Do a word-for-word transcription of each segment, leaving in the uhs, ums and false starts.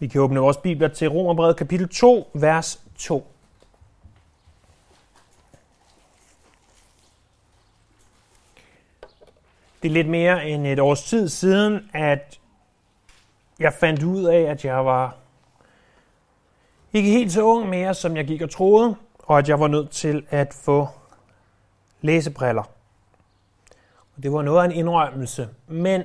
Vi kan åbne vores bibler til Romerbrevet kapitel to, vers to. Det er lidt mere end et års tid siden, at jeg fandt ud af, at jeg var ikke helt så ung mere, som jeg gik og troede, og at jeg var nødt til at få læsebriller. Og det var noget af en indrømmelse, men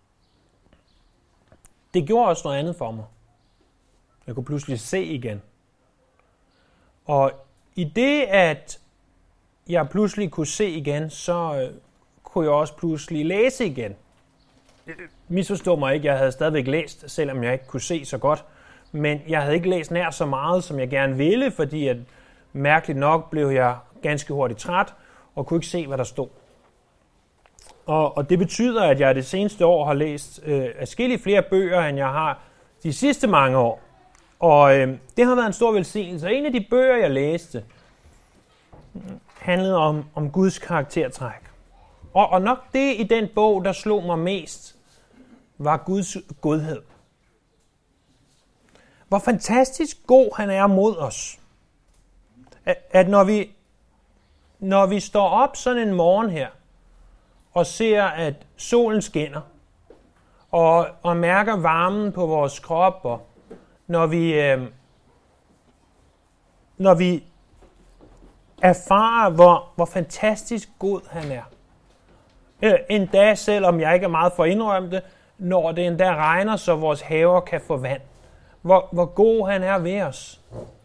det gjorde også noget andet for mig. Jeg kunne pludselig se igen. Og i det, at jeg pludselig kunne se igen, så øh, kunne jeg også pludselig læse igen. Misforstå mig ikke, jeg havde stadigvæk læst, selvom jeg ikke kunne se så godt. Men jeg havde ikke læst nær så meget, som jeg gerne ville, fordi at, mærkeligt nok blev jeg ganske hurtigt træt og kunne ikke se, hvad der stod. Og, og det betyder, at jeg det seneste år har læst øh, adskillige flere bøger, end jeg har de sidste mange år. Og øh, det har været en stor velsignelse. Og en af de bøger, jeg læste, handlede om, om Guds karaktertræk. Og, og nok det i den bog, der slog mig mest, var Guds godhed. Hvor fantastisk god han er mod os. At, at når, vi, når vi står op sådan en morgen her, og ser, at solen skinner, og, og mærker varmen på vores krop, og når vi, øh, når vi erfarer, hvor, hvor fantastisk god han er. Øh, endda, selvom jeg ikke er meget for at indrømme det, når det endda regner, så vores haver kan få vand. Hvor, hvor god han er ved os.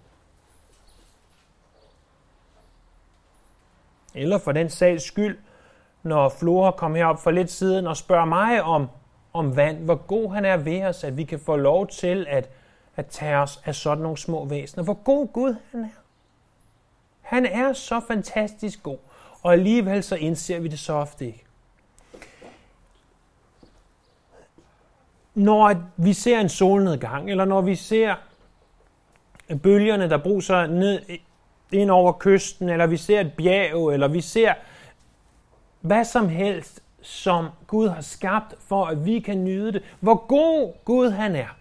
Eller for den sags skyld, når Flora kom herop for lidt siden og spørger mig om, om vand, hvor god han er ved os, at vi kan få lov til at, at tage os af sådan nogle små væsener. Hvor god Gud han er. Han er så fantastisk god, og alligevel så indser vi det så ofte ikke. Når vi ser en solnedgang, eller når vi ser bølgerne, der bruser ned ind over kysten, eller vi ser et bjerg, eller vi ser hvad som helst, som Gud har skabt, for at vi kan nyde det. Hvor god Gud han er.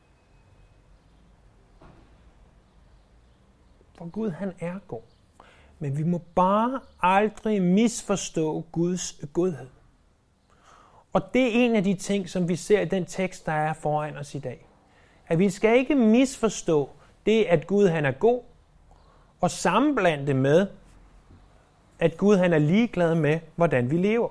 For Gud han er god. Men vi må bare aldrig misforstå Guds godhed. Og det er en af de ting, som vi ser i den tekst, der er foran os i dag. At vi skal ikke misforstå det, at Gud han er god, og sammenblande det med, at Gud han er ligeglad med, hvordan vi lever.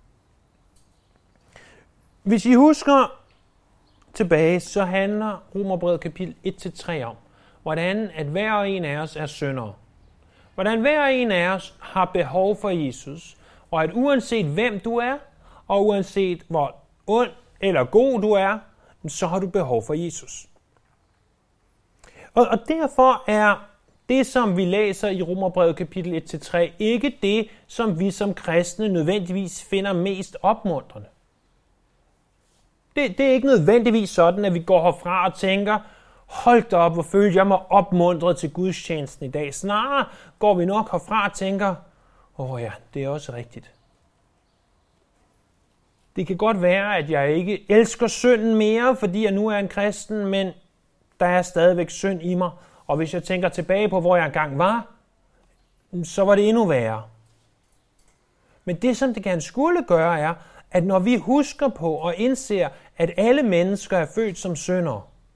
Hvis I husker tilbage, så handler Romerbrevet kapitel et til tre om, hvordan at hver og en af os er syndere. Hvordan hver og en af os har behov for Jesus, og at uanset hvem du er, og uanset hvor ond eller god du er, så har du behov for Jesus. Og, og derfor er det, som vi læser i Romerbrevet kapitel et til tre, ikke det, som vi som kristne nødvendigvis finder mest opmuntrende. Det, det er ikke nødvendigvis sådan, at vi går herfra og tænker, hold da op, hvor følte jeg mig opmuntret til gudstjenesten i dag. Snarere går vi nok herfra og tænker, åh ja, det er også rigtigt. Det kan godt være, at jeg ikke elsker synden mere, fordi jeg nu er en kristen, men der er stadigvæk synd i mig. Og hvis jeg tænker tilbage på, hvor jeg engang var, så var det endnu værre. Men det, som det gerne skulle gøre, er, at når vi husker på og indser, at alle mennesker er født som syndere,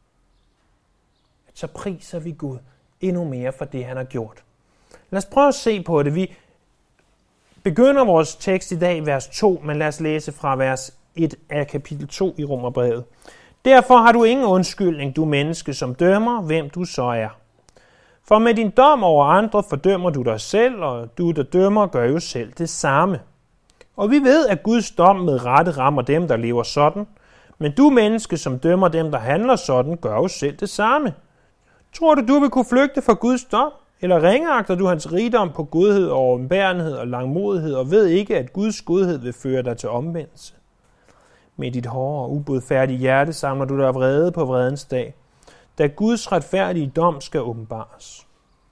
så priser vi Gud endnu mere for det, han har gjort. Lad os prøve at se på det. Vi begynder vores tekst i dag i vers to, men lad os læse fra vers et af kapitel to i Romerbrevet. Derfor har du ingen undskyldning, du menneske, som dømmer, hvem du så er. For med din dom over andre fordømmer du dig selv, og du, der dømmer, gør jo selv det samme. Og vi ved, at Guds dom med rette rammer dem, der lever sådan, men du menneske, som dømmer dem, der handler sådan, gør jo selv det samme. Tror du, du vil kunne flygte fra Guds dom? Eller ringeagter du hans rigdom på godhed og åbenbærenhed og langmodighed, og ved ikke, at Guds godhed vil føre dig til omvendelse? Med dit hårde og ubådfærdige hjerte samler du dig vrede på vredens dag, da Guds retfærdige dom skal åbenbares.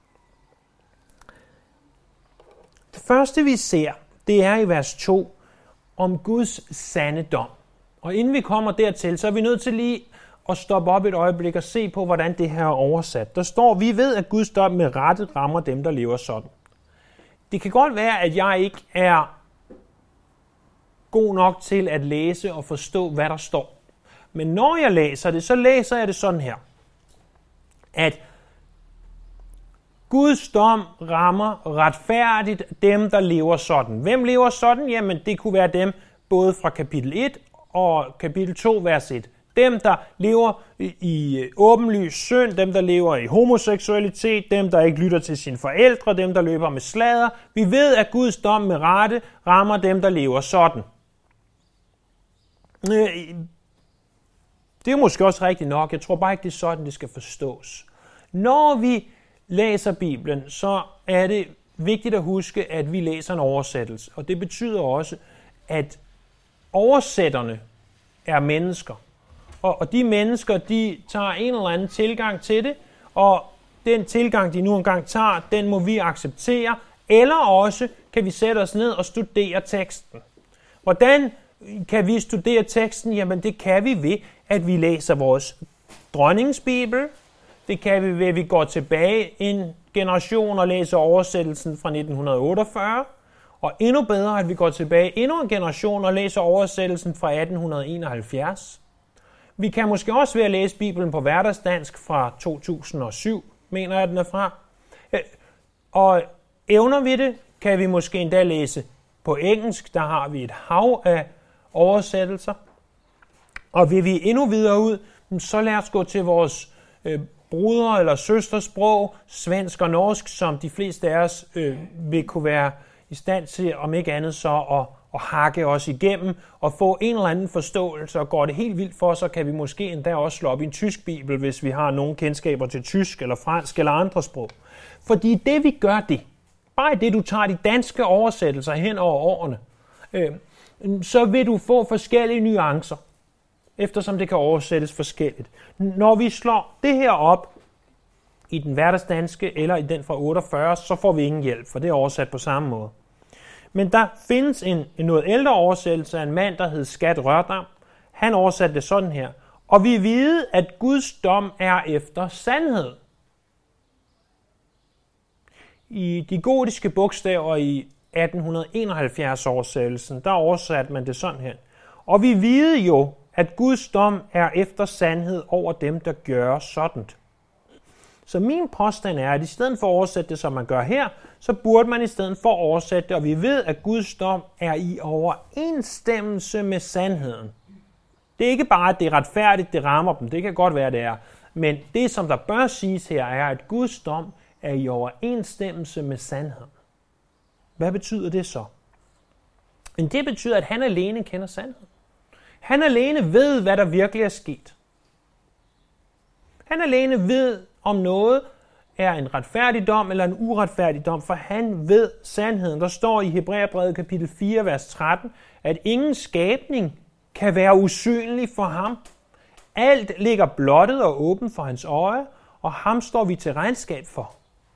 Det første vi ser, det er i vers to om Guds sande dom. Og inden vi kommer dertil, så er vi nødt til lige at stoppe op et øjeblik og se på, hvordan det her er oversat. Der står, vi ved, at Guds dom med rette rammer dem, der lever sådan. Det kan godt være, at jeg ikke er god nok til at læse og forstå, hvad der står. Men når jeg læser det, så læser jeg det sådan her. At Guds dom rammer retfærdigt dem, der lever sådan. Hvem lever sådan? Jamen, det kunne være dem både fra kapitel et og kapitel to, vers et. Dem, der lever i åbenlys synd, dem, der lever i homoseksualitet, dem, der ikke lytter til sine forældre, dem, der løber med sladder. Vi ved, at Guds dom med rette rammer dem, der lever sådan. Det er måske også rigtigt nok. Jeg tror bare ikke, det er sådan, det skal forstås. Når vi læser Bibelen, så er det vigtigt at huske, at vi læser en oversættelse. Og det betyder også, at oversætterne er mennesker. Og, og de mennesker, de tager en eller anden tilgang til det, og den tilgang, de nu engang tager, den må vi acceptere, eller også kan vi sætte os ned og studere teksten. Hvordan kan vi studere teksten? Jamen det kan vi ved, at vi læser vores dronningens bibel. Det kan vi ved, at vi går tilbage en generation og læser oversættelsen fra nitten otteogfyrre. Og endnu bedre, at vi går tilbage endnu en generation og læser oversættelsen fra atten enoghalvfjerds. Vi kan måske også ved at læse Bibelen på hverdagsdansk fra to tusind og syv, mener jeg, den er fra. Og evner vi det, kan vi måske endda læse på engelsk. Der har vi et hav af oversættelser. Og vil vi endnu videre ud, så lad os gå til vores øh, brudre- eller søstersprog, svensk og norsk, som de fleste af os øh, vil kunne være i stand til, om ikke andet så at, at hakke os igennem og få en eller anden forståelse. Og går det helt vildt for, så kan vi måske endda også slå op i en tysk bibel, hvis vi har nogle kendskaber til tysk eller fransk eller andre sprog. Fordi det vi gør det, bare det du tager de danske oversættelser hen over årene, øh, så vil du få forskellige nuancer, eftersom det kan oversættes forskelligt. Når vi slår det her op i den hverdagsdanske eller i den fra otteogfyrre, så får vi ingen hjælp, for det er oversat på samme måde. Men der findes en, en noget ældre oversættelse af en mand, der hed Skat Rørdam. Han oversatte det sådan her. Og vi ved, at Guds dom er efter sandhed. I de gotiske bogstaver i atten enoghalvfjerds oversættelsen, der oversatte man det sådan her. Og vi ved jo, at Guds dom er efter sandhed over dem, der gør sådan. Så min påstand er, at i stedet for at oversætte det, som man gør her, så burde man i stedet for at oversætte det, og vi ved, at Guds dom er i overensstemmelse med sandheden. Det er ikke bare, at det er retfærdigt, det rammer dem. Det kan godt være, det er. Men det, som der bør siges her, er, at Guds dom er i overensstemmelse med sandheden. Hvad betyder det så? Men det betyder, at han alene kender sandheden. Han alene ved, hvad der virkelig er sket. Han alene ved, om noget er en retfærdig dom eller en uretfærdig dom, for han ved sandheden. Der står i Hebræerbrevet kapitel fire, vers tretten, at ingen skabning kan være usynlig for ham. Alt ligger blottet og åbent for hans øje, og ham står vi til regnskab for.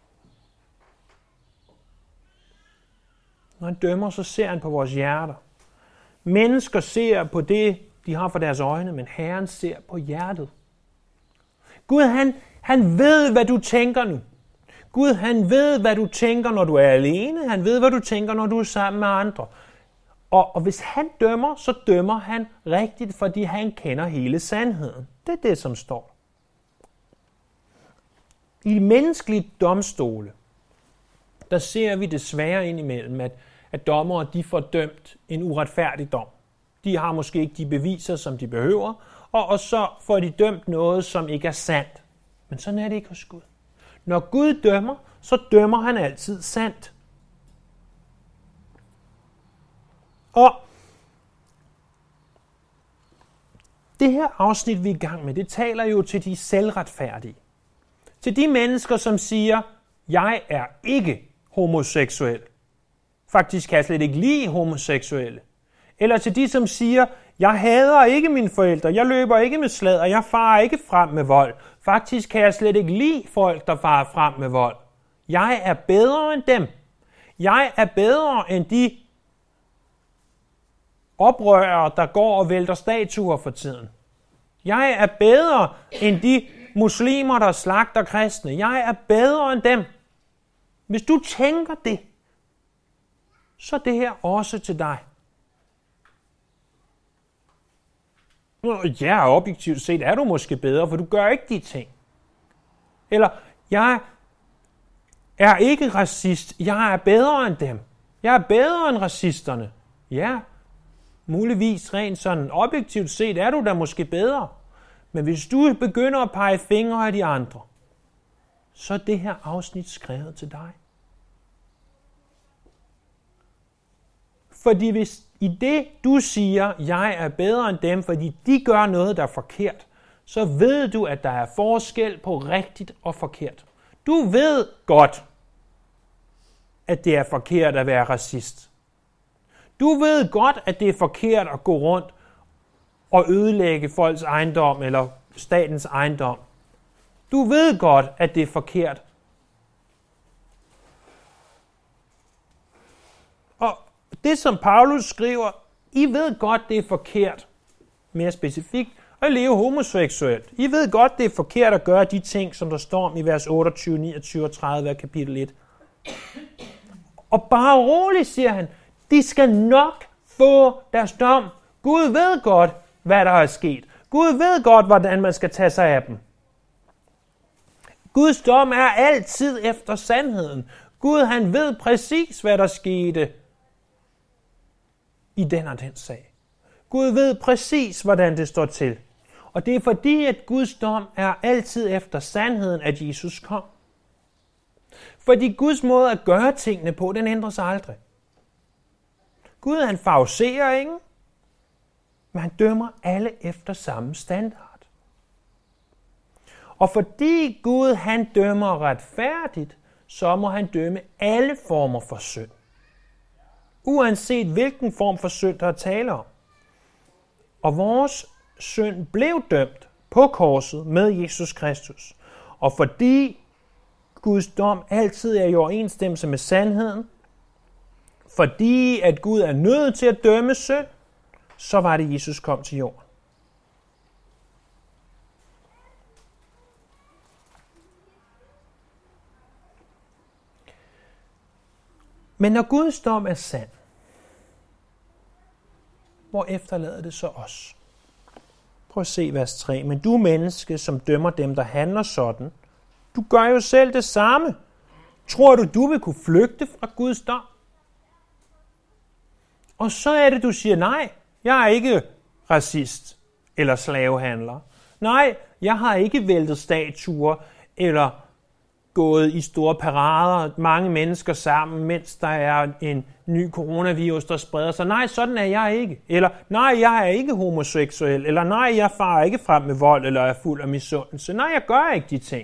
Når han dømmer, så ser han på vores hjerter. Mennesker ser på det, de har for deres øjne, men Herren ser på hjertet. Gud, han, han ved, hvad du tænker nu. Gud, han ved, hvad du tænker, når du er alene. Han ved, hvad du tænker, når du er sammen med andre. Og, og hvis han dømmer, så dømmer han rigtigt, fordi han kender hele sandheden. Det er det, som står. I menneskelige domstole, der ser vi desværre indimellem, at, at dommere de får dømt en uretfærdig dom. De har måske ikke de beviser, som de behøver, og, og så får de dømt noget, som ikke er sandt. Men sådan er det ikke hos Gud. Når Gud dømmer, så dømmer han altid sandt. Og det her afsnit, vi er i gang med, det taler jo til de selvretfærdige. Til de mennesker, som siger, jeg er ikke homoseksuel. Faktisk kan jeg slet ikke lide homoseksuelle. Eller til de, som siger, jeg hader ikke mine forældre, jeg løber ikke med sladder, jeg farer ikke frem med vold. Faktisk kan jeg slet ikke lide folk, der farer frem med vold. Jeg er bedre end dem. Jeg er bedre end de oprørere, der går og vælter statuer for tiden. Jeg er bedre end de muslimer, der slagter kristne. Jeg er bedre end dem. Hvis du tænker det, så er det her også til dig. Ja, objektivt set er du måske bedre, for du gør ikke de ting. Eller, jeg er ikke racist. Jeg er bedre end dem. Jeg er bedre end racisterne. Ja, muligvis rent sådan objektivt set er du da måske bedre. Men hvis du begynder at pege fingre af de andre, så er det her afsnit skrevet til dig. Fordi hvis i det, du siger, jeg er bedre end dem, fordi de gør noget, der er forkert, så ved du, at der er forskel på rigtigt og forkert. Du ved godt, at det er forkert at være racist. Du ved godt, at det er forkert at gå rundt og ødelægge folks ejendom eller statens ejendom. Du ved godt, at det er forkert. Og det, som Paulus skriver, I ved godt, det er forkert, mere specifikt, at leve homoseksuelt. I ved godt, det er forkert at gøre de ting, som der står om i vers otteogtyve, niogtyve og tredive af kapitel et. Og bare roligt, siger han, de skal nok få deres dom. Gud ved godt, hvad der er sket. Gud ved godt, hvordan man skal tage sig af dem. Guds dom er altid efter sandheden. Gud, han ved præcis, hvad der skete i den og den sag. Gud ved præcis, hvordan det står til. Og det er fordi, at Guds dom er altid efter sandheden, at Jesus kom. Fordi Guds måde at gøre tingene på, den ændrer sig aldrig. Gud, han favoriserer ingen, men han dømmer alle efter samme standard. Og fordi Gud, han dømmer retfærdigt, så må han dømme alle former for synd. Uanset hvilken form for synd, der er tale om. Og vores synd blev dømt på korset med Jesus Kristus. Og fordi Guds dom altid er i overensstemmelse med sandheden, fordi at Gud er nødt til at dømme synd, så var det, Jesus kom til jorden. Men når Guds dom er sand, hvor efterlader det så os? Prøv at se vers tre. Men du menneske, som dømmer dem, der handler sådan, du gør jo selv det samme. Tror du, du vil kunne flygte fra Guds dom? Og så er det, du siger, nej, jeg er ikke racist eller slavehandler. Nej, jeg har ikke væltet statuer eller gået i store parader, mange mennesker sammen, mens der er en ny coronavirus, der spreder sig. Nej, sådan er jeg ikke. Eller nej, jeg er ikke homoseksuel. Eller nej, jeg farer ikke frem med vold eller er fuld af misundelse. Nej, jeg gør ikke de ting.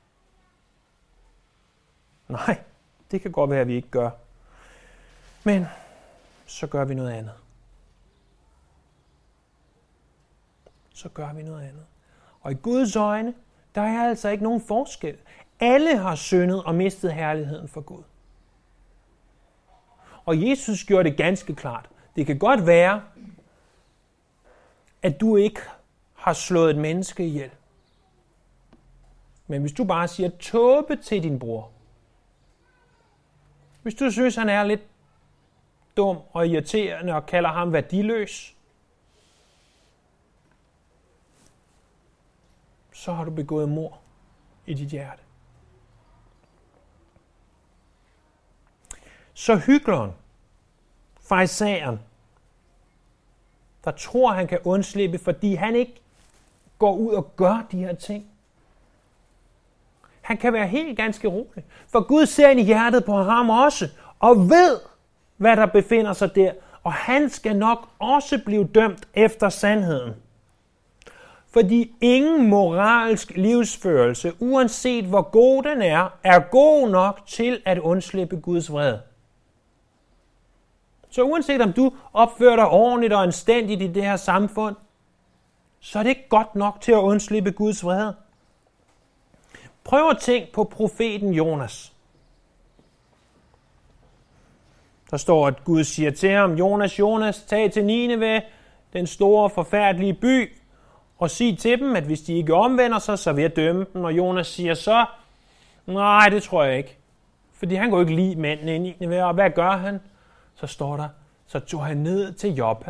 Nej, det kan godt være, at vi ikke gør. Men så gør vi noget andet. Så gør vi noget andet. Og i Guds øjne, der er altså ikke nogen forskel. Alle har syndet og mistet herligheden for Gud. Og Jesus gjorde det ganske klart. Det kan godt være, at du ikke har slået et menneske ihjel. Men hvis du bare siger tåbe til din bror, hvis du synes, han er lidt dum og irriterende og kalder ham værdiløs, så har du begået mord i dit hjerte. Så hykleren, farisæeren, der tror, han kan undslippe, fordi han ikke går ud og gør de her ting. Han kan være helt ganske rolig, for Gud ser ind i hjertet på ham også, og ved, hvad der befinder sig der, og han skal nok også blive dømt efter sandheden. Fordi ingen moralsk livsførelse, uanset hvor god den er, er god nok til at undslippe Guds vrede. Så uanset om du opfører dig ordentligt og anstændigt i det her samfund, så er det ikke godt nok til at undslippe Guds vrede. Prøv at tænke på profeten Jonas. Der står, at Gud siger til ham, Jonas, Jonas, tag til Nineve, den store forfærdelige by, og sige til dem, at hvis de ikke omvender sig, så vil jeg dømme dem. Og Jonas siger så, nej, det tror jeg ikke. Fordi han kunne ikke lide mændene i Nineve, og hvad gør han? Så står der, så tog han ned til Joppa,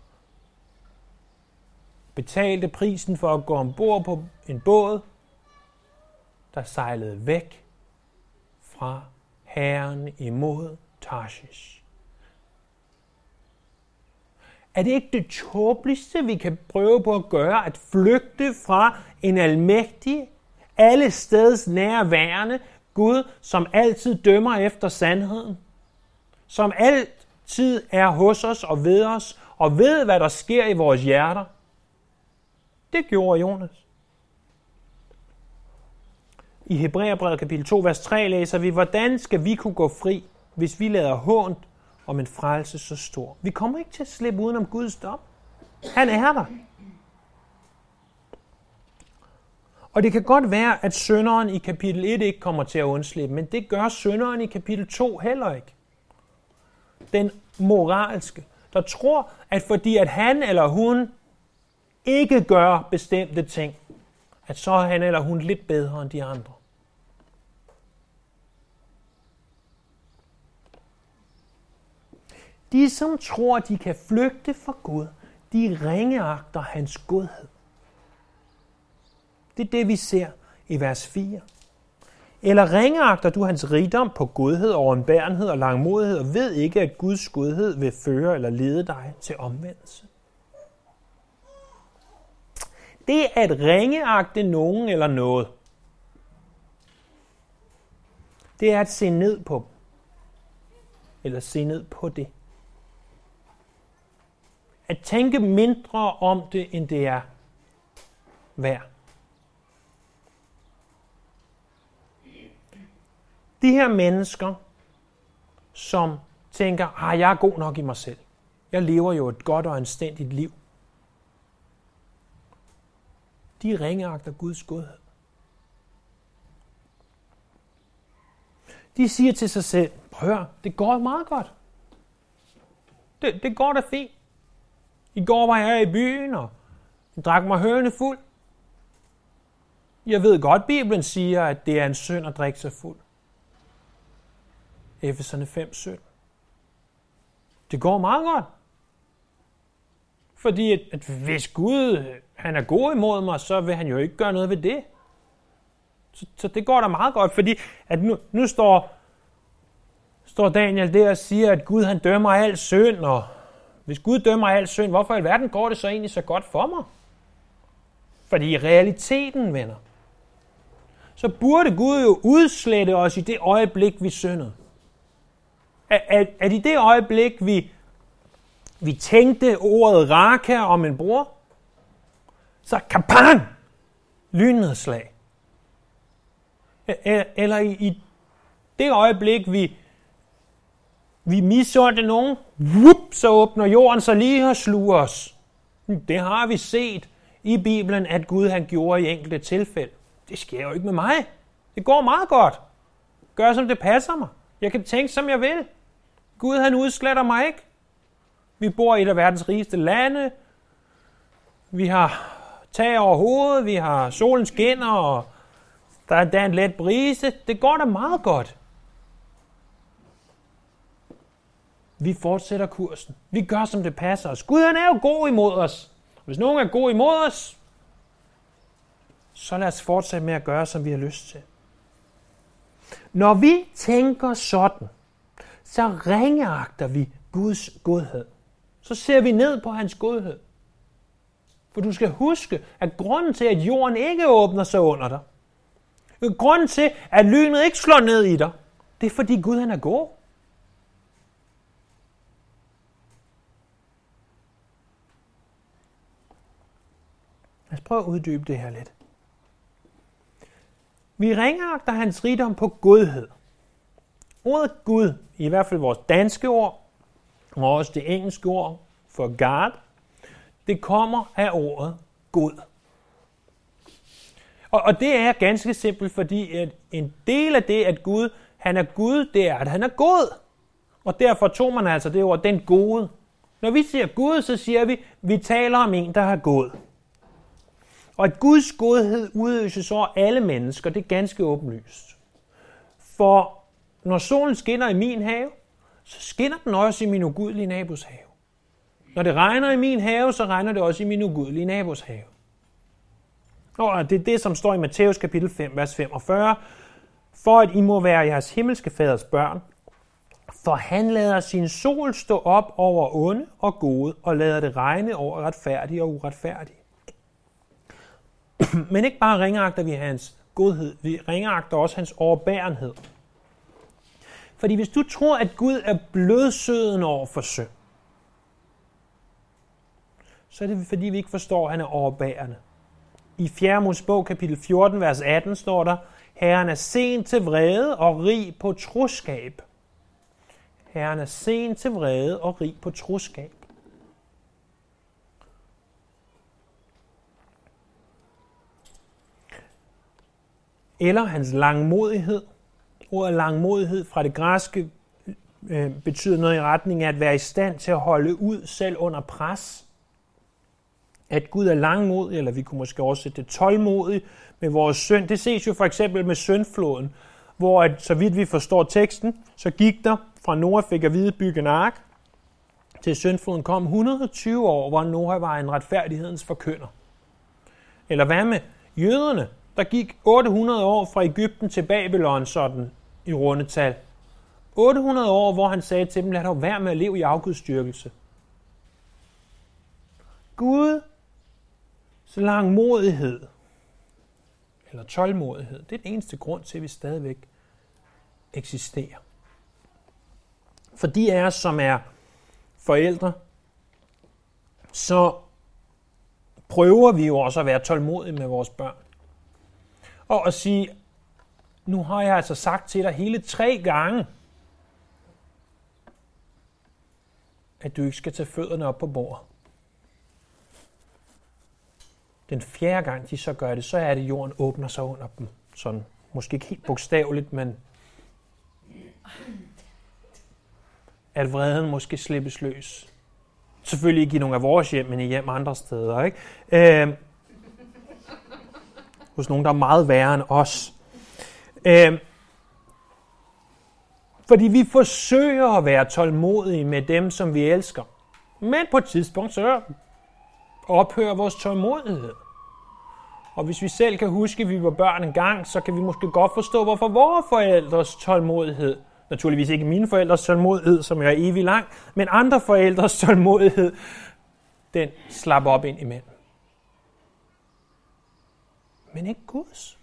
betalte prisen for at gå ombord på en båd, der sejlede væk fra herren imod Tarshish. Er det ikke det tåbeligste, vi kan prøve på at gøre, at flygte fra en almægtig, alle steds nærværende Gud, som altid dømmer efter sandheden, som altid er hos os og ved os, og ved, hvad der sker i vores hjerter? Det gjorde Jonas. I Hebræerbrevet kapitel to, vers tre læser vi, hvordan skal vi kunne gå fri, hvis vi lader hånt om en frelse så stor? Vi kommer ikke til at slippe udenom Guds dom. Han er der. Og det kan godt være, at synderen i kapitel et ikke kommer til at undslippe, men det gør synderen i kapitel to heller ikke. Den moralske, der tror, at fordi at han eller hun ikke gør bestemte ting, at så er han eller hun lidt bedre end de andre. De, som tror, de kan flygte fra Gud, de ringeagter hans godhed. Det er det, vi ser i vers fire. Eller ringeagter du hans rigdom på godhed, overbærenhed og langmodighed, og ved ikke, at Guds godhed vil føre eller lede dig til omvendelse? Det er at ringeagte nogen eller noget. Det er at se ned på dem. Eller se ned på det. At tænke mindre om det, end det er værd. De her mennesker, som tænker, ah, jeg er god nok i mig selv. Jeg lever jo et godt og anstændigt liv. De ringeagter Guds godhed. De siger til sig selv, prøv at høre, det går meget godt. Det, det går da fint. I går var jeg i byen, og jeg drak mig hørende fuld. Jeg ved godt, Bibelen siger, at det er en synd at drikke sig fuld. Efeserne fem sytten. Det går meget godt. Fordi at, at hvis Gud han er god imod mig, så vil han jo ikke gøre noget ved det. Så, så det går da meget godt, fordi at nu, nu står, står Daniel der og siger, at Gud han dømmer al synd, og hvis Gud dømmer al synd, hvorfor i alverden går det så egentlig så godt for mig? Fordi i realiteten, venner, så burde Gud jo udslette os i det øjeblik, vi syndede. At, at, at i det øjeblik, vi, vi tænkte ordet raka om en bror, så kapan! Lynnedslag. Eller i, i det øjeblik, vi, vi misundte nogen, whoop, så åbner jorden sig lige og sluger os. Det har vi set i Bibelen, at Gud han gjorde i enkelte tilfælde. Det sker jo ikke med mig. Det går meget godt. Gør som det passer mig. Jeg kan tænke som jeg vil. Gud han udsletter mig ikke. Vi bor i et af verdens rigeste lande. Vi har tag over hovedet, vi har solen skinner, og der er, der er en let brise. Det går da meget godt. Vi fortsætter kursen. Vi gør, som det passer os. Gud han er jo god imod os. Hvis nogen er god imod os, så lad os fortsætte med at gøre, som vi har lyst til. Når vi tænker sådan, så ringeagter vi Guds godhed. Så ser vi ned på hans godhed. For du skal huske, at grunden til, at jorden ikke åbner sig under dig, grunden til, at lynet ikke slår ned i dig, det er fordi Gud han er god. Lad os prøve at uddybe det her lidt. Vi ringeagter hans rigdom på godhed. Ordet Gud, i hvert fald vores danske ord, og også det engelske ord for God, det kommer af ordet god. Og, og det er ganske simpelt, fordi at en del af det, at Gud han er Gud, det er, at han er god. Og derfor tog man altså det ord, den gode. Når vi siger Gud, så siger vi, vi taler om en, der er god. Og at Guds godhed udøses over alle mennesker, det er ganske åbenlyst. For når solen skinner i min have, så skinner den også i min ugudelige nabos have. Når det regner i min have, så regner det også i min ugudelige nabos have. Og det er det, som står i Matthæus kapitel fem, vers femogfyrre. For at I må være jeres himmelske faders børn, for han lader sin sol stå op over onde og gode, og lader det regne over retfærdige og uretfærdige. Men ikke bare ringeagter vi hans godhed, vi ringeagter også hans overbærenhed. Fordi hvis du tror, at Gud er blødsøden over for synd, så er det fordi, vi ikke forstår, at han er overbærende. I fjerde Mosebog kapitel fjorten, vers atten står der, Herren er sen til vrede og rig på troskab. Herren er sen til vrede og rig på troskab. Eller hans langmodighed. Ordet langmodighed fra det græske øh, betyder noget i retning af at være i stand til at holde ud selv under pres. At Gud er langmodig, eller vi kunne måske oversætte det tålmodig med vores synd. Det ses jo for eksempel med syndfloden, hvor at, så vidt vi forstår teksten, så gik der fra Noah fik at vide bygge en ark, til syndfloden kom et hundrede og tyve år, hvor Noah var en retfærdighedens forkynder. Eller hvad med jøderne? Der gik otte hundrede år fra Egypten til Babylon, sådan i rundetal. otte hundrede år, hvor han sagde til dem, lad dog være med at leve i afgudstyrkelse. Gud, så langmodighed, eller tålmodighed, det er den eneste grund til, at vi stadigvæk eksisterer. For de af os, som er forældre, så prøver vi jo også at være tålmodige med vores børn. Og at sige, nu har jeg altså sagt til dig hele tre gange, at du ikke skal tage fødderne op på bordet. Den fjerde gang, de så gør det, så er det, jorden åbner sig under dem. Sådan, måske ikke helt bogstaveligt, men at vreden måske slippes løs. Selvfølgelig ikke i nogle af vores hjem, men i hjem andre steder. Ikke? Øh, hos nogen, der er meget værre end os. Øh, fordi vi forsøger at være tålmodige med dem, som vi elsker. Men på et tidspunkt, så ophører vores tålmodighed. Og hvis vi selv kan huske, at vi var børn engang, så kan vi måske godt forstå, hvorfor vores forældres tålmodighed, naturligvis ikke mine forældres tålmodighed, som er evig lang, men andre forældres tålmodighed, den slapper op ind imellem. Men ikke Guds.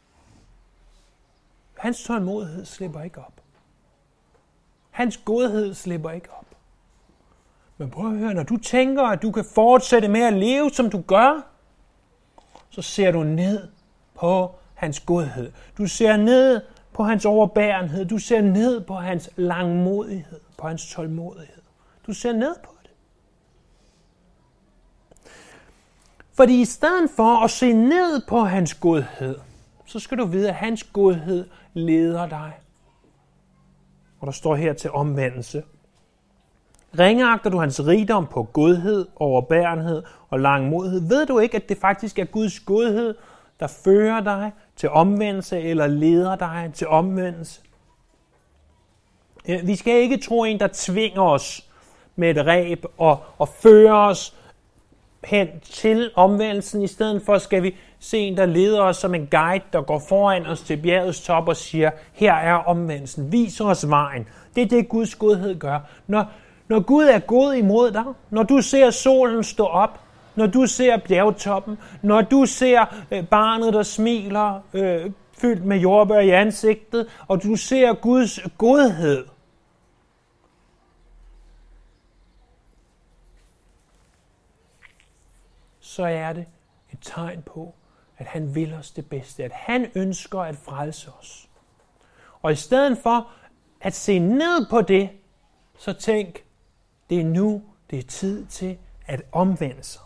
Hans tålmodighed slipper ikke op. Hans godhed slipper ikke op. Men prøv at høre, når du tænker, at du kan fortsætte med at leve, som du gør, så ser du ned på hans godhed. Du ser ned på hans overbærenhed. Du ser ned på hans langmodighed, på hans tålmodighed. Du ser ned på det. Fordi i stedet for at se ned på hans godhed, så skal du vide, at hans godhed leder dig. Og der står her til omvendelse. Ringeagter du hans rigdom på godhed, overbærenhed og langmodighed, ved du ikke, at det faktisk er Guds godhed, der fører dig til omvendelse eller leder dig til omvendelse? Vi skal ikke tro en, der tvinger os med et reb og, og fører os hen til omvendelsen. I stedet for skal vi se en, der leder os som en guide, der går foran os til bjergets top og siger, her er omvendelsen, vis os vejen. Det er det, Guds godhed gør. Når, når Gud er god imod dig, når du ser solen stå op, når du ser bjergtoppen, når du ser øh, barnet, der smiler, øh, fyldt med jordbær i ansigtet, og du ser Guds godhed, så er det et tegn på, at han vil os det bedste, at han ønsker at frelse os. Og i stedet for at se ned på det, så tænk, det er nu, det er tid til at omvende sig.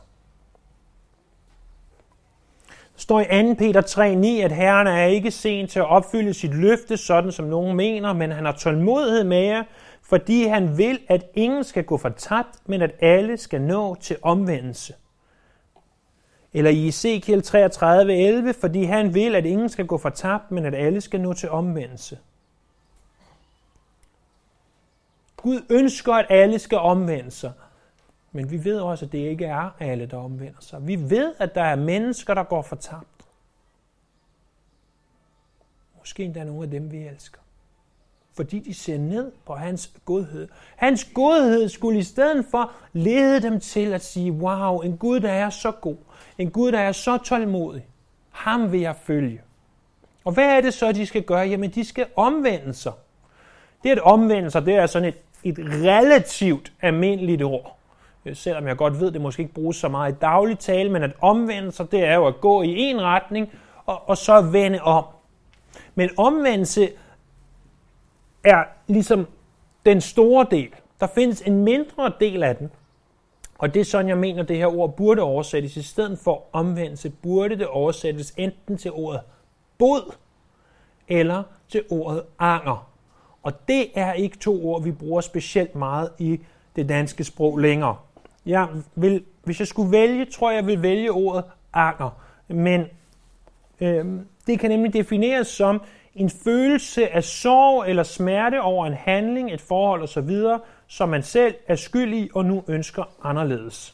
Der står i anden Peter tre ni, at Herren er ikke sen til at opfylde sit løfte, sådan som nogen mener, men han har tålmodighed med jer, fordi han vil, at ingen skal gå fortabt, men at alle skal nå til omvendelse. Eller i Ezekiel treogtredive elleve, fordi han vil, at ingen skal gå fortabt, men at alle skal nå til omvendelse. Gud ønsker, at alle skal omvende sig. Men vi ved også, at det ikke er alle, der omvender sig. Vi ved, at der er mennesker, der går fortabt. Måske endda nogle af dem, vi elsker. Fordi de ser ned på hans godhed. Hans godhed skulle i stedet for lede dem til at sige, wow, en Gud, der er så god. En Gud, der er så tålmodig. Ham vil jeg følge. Og hvad er det så, de skal gøre? Jamen, de skal omvende sig. Det at omvende sig, det er sådan et, et relativt almindeligt ord. Selvom jeg godt ved, at det måske ikke bruges så meget i daglig tale, men at omvende sig, det er jo at gå i en retning, og, og så vende om. Men omvendelse er ligesom den store del. Der findes en mindre del af den, og det er sådan, jeg mener, det her ord burde oversættes. I stedet for omvendelse burde det oversættes enten til ordet bod, eller til ordet anger. Og det er ikke to ord, vi bruger specielt meget i det danske sprog længere. Jeg vil, hvis jeg skulle vælge, tror jeg, jeg vil vælge ordet anger. Men øh, det kan nemlig defineres som en følelse af sorg eller smerte over en handling, et forhold osv., som man selv er skyld i og nu ønsker anderledes.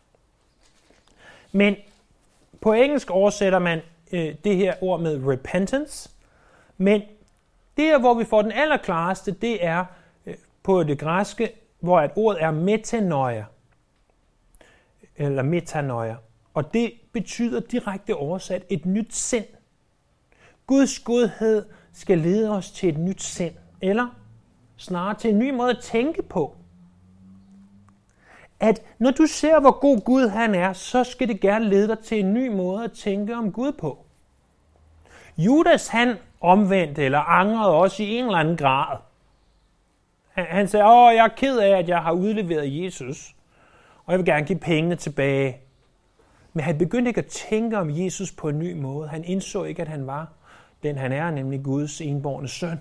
Men på engelsk oversætter man øh, det her ord med repentance, men det, hvor vi får den allerklareste, det er øh, på det græske, hvor at ordet er metanoia, eller metanoia, og det betyder direkte oversat et nyt sind. Guds godhed skal lede os til et nyt sind, eller snarere til en ny måde at tænke på. At når du ser, hvor god Gud han er, så skal det gerne lede dig til en ny måde at tænke om Gud på. Judas han omvendte eller angrede også i en eller anden grad. Han, han sagde, åh, jeg er ked af, at jeg har udleveret Jesus, og jeg vil gerne give pengene tilbage. Men han begyndte ikke at tænke om Jesus på en ny måde. Han indså ikke, at han var den han er, nemlig Guds enbårne søn.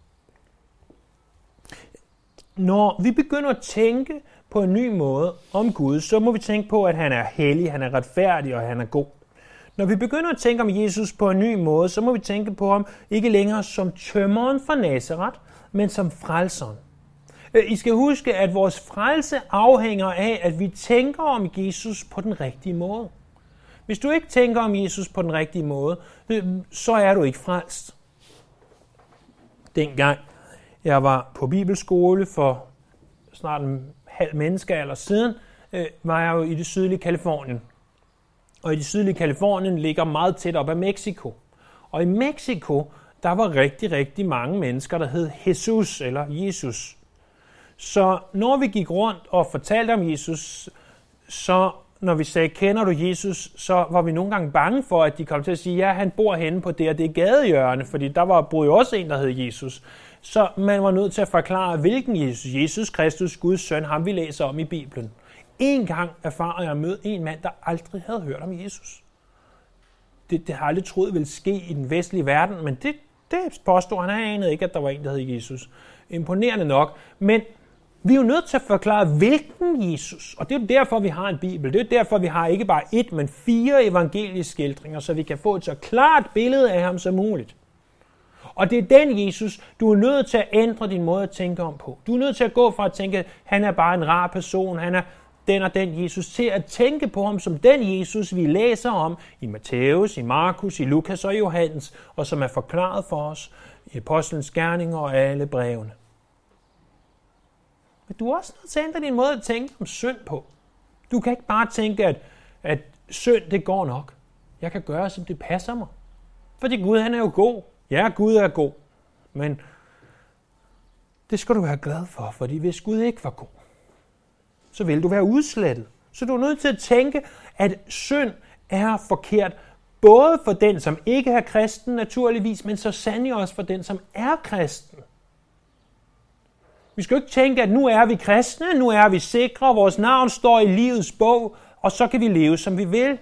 Når vi begynder at tænke på en ny måde om Gud, så må vi tænke på, at han er hellig, han er retfærdig og han er god. Når vi begynder at tænke om Jesus på en ny måde, så må vi tænke på ham ikke længere som tømmeren fra Nazaret, men som frelseren. I skal huske, at vores frelse afhænger af, at vi tænker om Jesus på den rigtige måde. Hvis du ikke tænker om Jesus på den rigtige måde, så er du ikke frelst. Dengang jeg var på bibelskole for snart en halv menneskealder siden, var jeg jo i det sydlige Californien. Og i det sydlige Californien ligger meget tæt op af Mexico. Og i Mexico, der var rigtig, rigtig mange mennesker, der hed Jesus eller Jesus. Så når vi gik rundt og fortalte om Jesus, så når vi sagde, kender du Jesus, så var vi nogle gange bange for, at de kom til at sige, ja, han bor henne på det og det gadehjørne, fordi der var boede jo også en, der hed Jesus. Så man var nødt til at forklare, hvilken Jesus, Jesus Kristus, Guds søn, ham vi læser om i Bibelen. En gang erfarede jeg at møde en mand, der aldrig havde hørt om Jesus. Det, det har jeg aldrig troet ville ske i den vestlige verden, men det, det påstod han. Han anede ikke, at der var en, der hed Jesus. Imponerende nok, men vi er jo nødt til at forklare, hvilken Jesus. Og det er jo derfor, vi har en Bibel. Det er jo derfor, vi har ikke bare et, men fire evangelieskildringer, så vi kan få et så klart billede af ham som muligt. Og det er den Jesus, du er nødt til at ændre din måde at tænke om på. Du er nødt til at gå fra at tænke, at han er bare en rar person, han er den og den Jesus, til at tænke på ham som den Jesus, vi læser om i Matthæus, i Markus, i Lukas og i Johannes, og som er forklaret for os i Apostlenes Gerninger og alle brevene. Men du er også nødt til at ændre din måde at tænke om synd på. Du kan ikke bare tænke, at, at synd, det går nok. Jeg kan gøre, som det passer mig. Fordi Gud, han er jo god. Ja, Gud er god. Men det skal du være glad for, fordi hvis Gud ikke var god, så vil du være udslettet. Så du er nødt til at tænke, at synd er forkert, både for den, som ikke er kristen naturligvis, men så sandelig også for den, som er kristen. Vi skal jo ikke tænke, at nu er vi kristne, nu er vi sikre, vores navn står i livets bog, og så kan vi leve, som vi vil.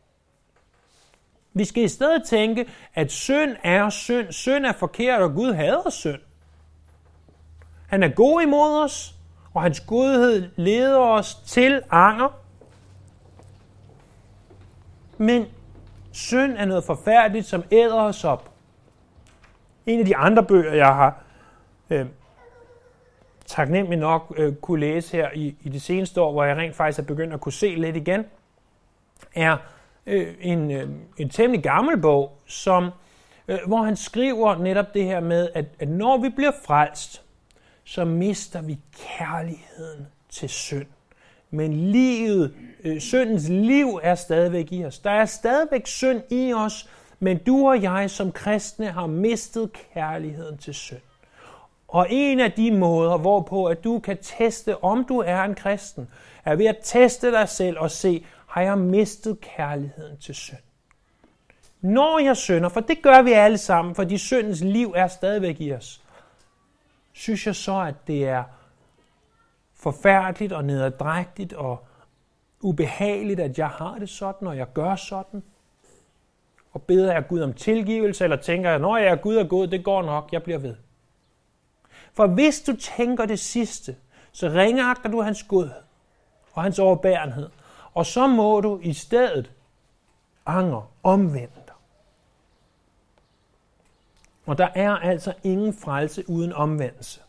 Vi skal i stedet tænke, at synd er synd. Synd er forkert, og Gud hader synd. Han er god imod os, og hans godhed leder os til anger. Men synd er noget forfærdeligt, som æder os op. En af de andre bøger, jeg har øh, taknemmelig nok øh, kunne læse her i, i de seneste år, hvor jeg rent faktisk er begyndt at kunne se lidt igen, er øh, en, øh, en temmelig gammel bog, som, øh, hvor han skriver netop det her med, at, at når vi bliver frelst, så mister vi kærligheden til synd. Men livet, øh, syndens liv er stadigvæk i os. Der er stadigvæk synd i os, men du og jeg som kristne har mistet kærligheden til synd. Og en af de måder, hvorpå at du kan teste, om du er en kristen, er ved at teste dig selv og se, har jeg mistet kærligheden til synd? Når jeg synder, for det gør vi alle sammen, fordi syndens liv er stadigvæk i os, synes jeg så, at det er forfærdeligt og nederdrægtigt og ubehageligt, at jeg har det sådan, og jeg gør sådan. Og beder jeg Gud om tilgivelse, eller tænker jeg, når jeg er Gud er god, det går nok, jeg bliver ved. For hvis du tænker det sidste, så ringeagter du hans godhed og hans overbærenhed, og så må du i stedet angre, omvende dig. Og der er altså ingen frelse uden omvendelse.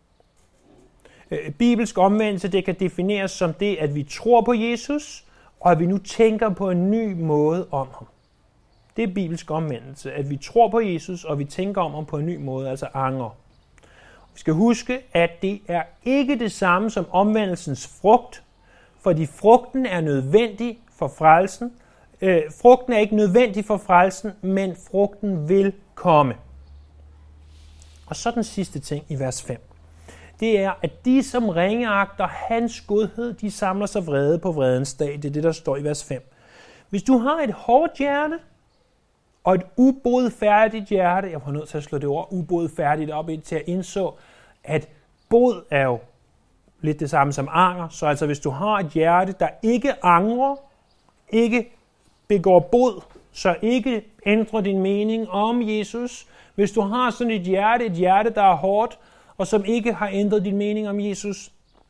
Bibelsk omvendelse, det kan defineres som det, at vi tror på Jesus, og at vi nu tænker på en ny måde om ham. Det er bibelsk omvendelse, at vi tror på Jesus, og vi tænker om ham på en ny måde, altså angre. Vi skal huske, at det er ikke det samme som omvendelsens frugt, fordi frugten er nødvendig for frelsen. Øh, frugten er ikke nødvendig for frelsen, men frugten vil komme. Og så den sidste ting i vers fem. Det er, at de, som ringeagter hans godhed, de samler sig vrede på vredens dag. Det er det, der står i vers fem. Hvis du har et hårdt hjerte, og et ubodfærdigt hjerte, jeg var nødt til at slå det ord ubodfærdigt op indtil jeg indså, at bod er jo lidt det samme som anger. Så altså hvis du har et hjerte, der ikke angrer, ikke begår bod, så ikke ændrer din mening om Jesus. Hvis du har sådan et hjerte, et hjerte, der er hårdt, og som ikke har ændret din mening om Jesus,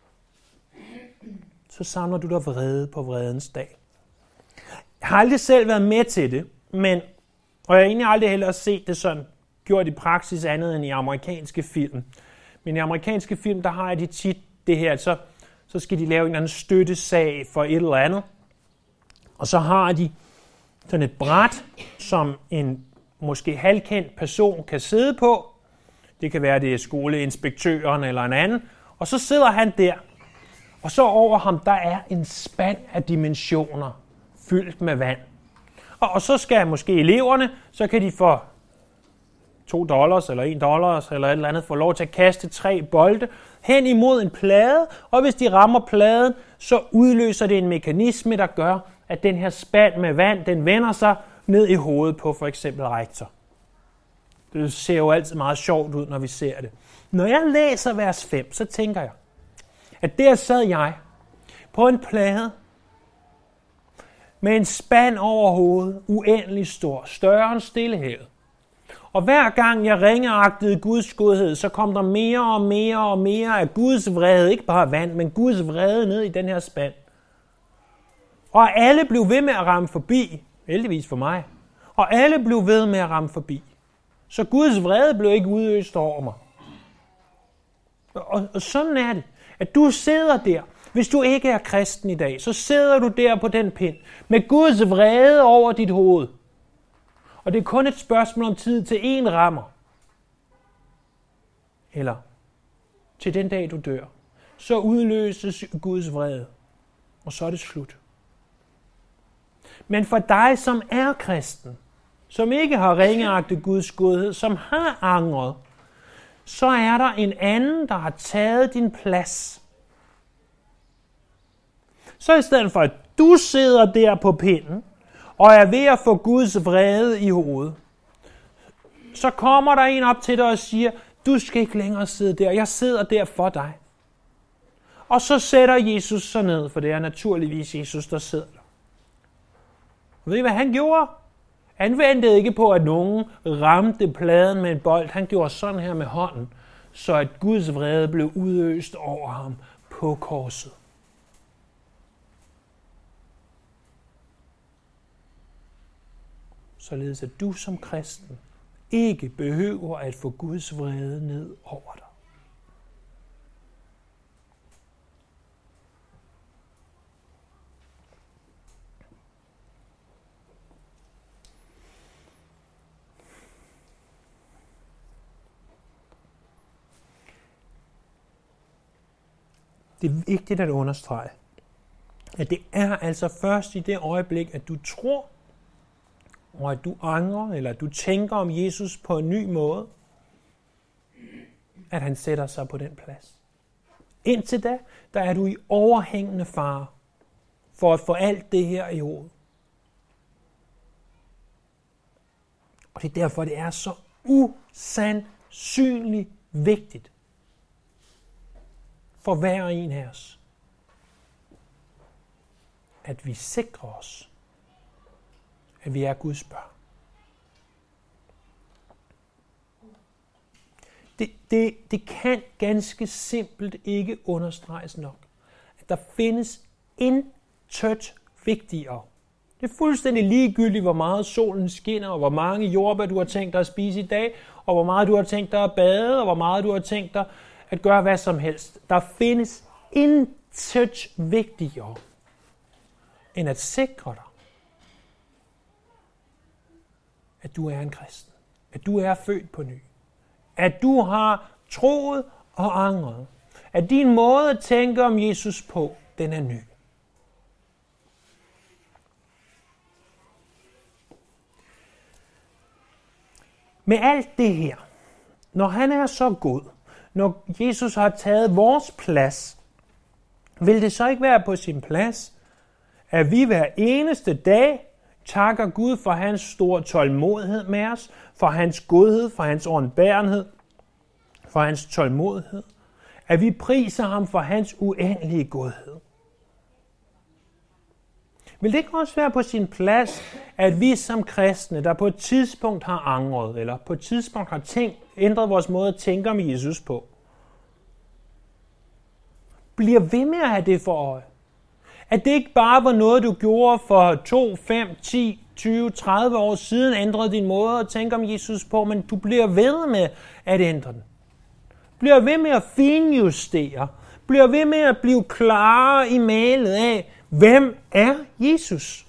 så samler du dig vrede på vredens dag. Jeg har aldrig selv været med til det, men, og jeg har egentlig aldrig heller set det sådan gjort i praksis andet end i amerikanske film. Men i amerikanske film, der har de tit det her, så, så skal de lave en eller anden støttesag for et eller andet, og så har de sådan et bræt, som en måske halvkendt person kan sidde på. Det kan være, det er skoleinspektøren eller en anden. Og så sidder han der, og så over ham, der er en spand af dimensioner fyldt med vand. Og, og så skal måske eleverne, så kan de få to dollars eller en dollars eller et eller andet få lov til at kaste tre bolde hen imod en plade, og hvis de rammer pladen, så udløser det en mekanisme, der gør, at den her spand med vand, den vender sig ned i hovedet på for eksempel rektor. Det ser jo altid meget sjovt ud, når vi ser det. Når jeg læser vers fem, så tænker jeg, at der sad jeg på en plade med en spand over hovedet, uendelig stor, større end Stillehavet. Og hver gang jeg ringeagtede Guds godhed, så kom der mere og mere og mere af Guds vrede, ikke bare vand, men Guds vrede ned i den her spand. Og alle blev ved med at ramme forbi, heldigvis for mig, og alle blev ved med at ramme forbi. Så Guds vrede blev ikke udøst over mig. Og, og sådan er det, at du sidder der. Hvis du ikke er kristen i dag, så sidder du der på den pind med Guds vrede over dit hoved. Og det er kun et spørgsmål om tid til en rammer. Eller til den dag du dør. Så udløses Guds vrede. Og så er det slut. Men for dig, som er kristen, som ikke har ringeagtet Guds godhed, som har angret, så er der en anden, der har taget din plads. Så i stedet for, at du sidder der på pinden, og er ved at få Guds vrede i hovedet, så kommer der en op til dig og siger, du skal ikke længere sidde der, jeg sidder der for dig. Og så sætter Jesus sig ned, for det er naturligvis Jesus, der sidder der. Og ved I, hvad han gjorde? Han ventede ikke på, at nogen ramte pladen med en bold. Han gjorde sådan her med hånden, så at Guds vrede blev udøst over ham på korset. således at du som kristen ikke behøver at få Guds vrede ned over dig. Det er vigtigt at understrege, at det er altså først i det øjeblik, at du tror, og at du angrer, eller at du tænker om Jesus på en ny måde, at han sætter sig på den plads. Indtil da, der er du i overhængende fare for at få alt det her i hovedet. Og det er derfor, det er så usandsynligt vigtigt for hver og en af os, at vi sikrer os, at vi er Guds børn. Det, det, det kan ganske simpelt ikke understreges nok, at der findes intet vigtigere. Det er fuldstændig ligegyldigt, hvor meget solen skinner, og hvor mange jordbær du har tænkt dig at spise i dag, og hvor meget du har tænkt dig at bade, og hvor meget du har tænkt dig at gøre hvad som helst. Der findes intet vigtigere, end at sikre dig, at du er en kristen. At du er født på ny. At du har troet og angret. At din måde at tænke om Jesus på, den er ny. Med alt det her, når han er så god, når Jesus har taget vores plads, vil det så ikke være på sin plads, at vi hver eneste dag takker Gud for hans store tålmodighed med os, for hans godhed, for hans åndbærenhed, for hans tålmodighed, at vi priser ham for hans uendelige godhed. Vil det ikke også være på sin plads, at vi som kristne, der på et tidspunkt har angret, eller på et tidspunkt har tænkt, ændret vores måde at tænke om Jesus på, bliver ved med at have det for øje? At det ikke bare var noget, du gjorde for to, fem, ti, tyve, tredive år siden, ændrede din måde at tænke om Jesus på, men du bliver ved med at ændre den. Bliver ved med at finjustere. Bliver ved med at blive klarere i mælet af, hvem er Jesus?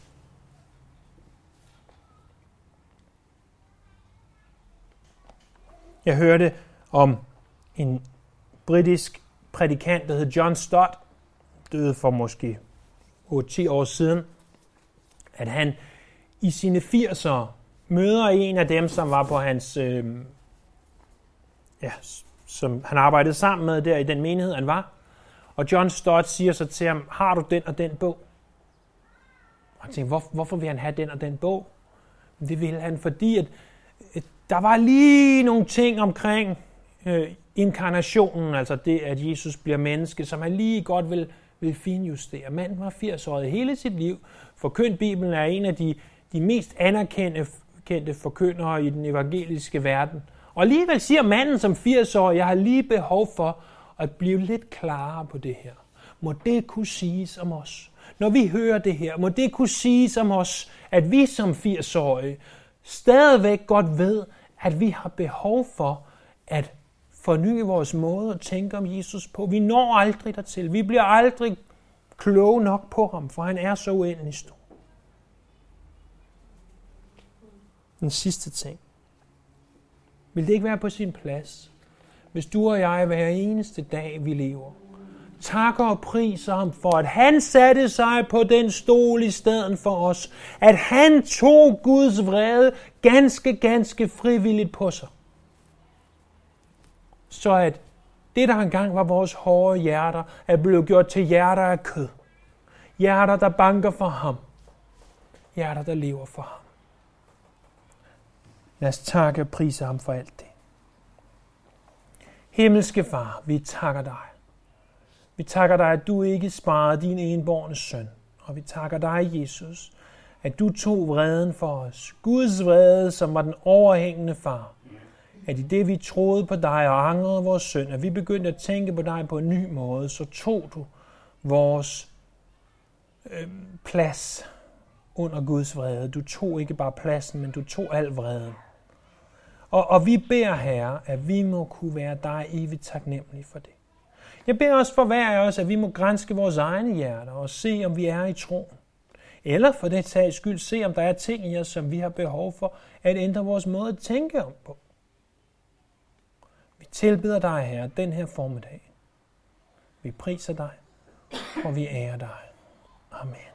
Jeg hørte om en britisk prædikant, der hed John Stott, døde for måske otte til ti år siden, at han i sine firsere møder en af dem, som var på hans, øh, ja, som han arbejdede sammen med der i den menighed, han var. Og John Stott siger så til ham, har du den og den bog? Og han tænker, hvor, hvorfor vil han have den og den bog? Det ville han, fordi at, at der var lige nogle ting omkring øh, inkarnationen, altså det, at Jesus bliver menneske, som han lige godt vil, vil finjustere. Manden var firs år i hele sit liv. Forkyndt Bibelen er en af de, de mest anerkendte kendte forkyndere i den evangeliske verden. Og alligevel siger manden som firs år, jeg har lige behov for at blive lidt klarere på det her. Må det kunne siges om os? Når vi hører det her, må det kunne siges om os, at vi som firs-årige stadigvæk godt ved, at vi har behov for at forny vores måde at tænke om Jesus på. Vi når aldrig dertil. Vi bliver aldrig kloge nok på ham, for han er så uendelig stor. Den sidste ting. Vil det ikke være på sin plads, hvis du og jeg hver eneste dag, vi lever, takker og priser ham for, at han satte sig på den stol i stedet for os, at han tog Guds vrede ganske, ganske frivilligt på sig. Så at det, der engang var vores hårde hjerter, er blevet gjort til hjerter af kød. Hjerter, der banker for ham. Hjerter, der lever for ham. Lad os takke og prise ham for alt det. Himmelske Far, vi takker dig. Vi takker dig, at du ikke sparede din enbårne søn. Og vi takker dig, Jesus, at du tog vreden for os. Guds vrede, som var den overhængende far. At i det, vi troede på dig og angrede vores synd, at vi begyndte at tænke på dig på en ny måde, så tog du vores øh, plads under Guds vrede. Du tog ikke bare pladsen, men du tog al vreden. Og, og vi beder, Herre, at vi må kunne være dig evigt taknemmelige for det. Jeg beder også for hver af os, at vi må granske vores egne hjerter og se, om vi er i troen. Eller for det sags skyld, se, om der er ting i os, som vi har behov for at ændre vores måde at tænke om på. Vi tilbeder dig, Herre, den her formiddag. Vi priser dig, og vi ærer dig. Amen.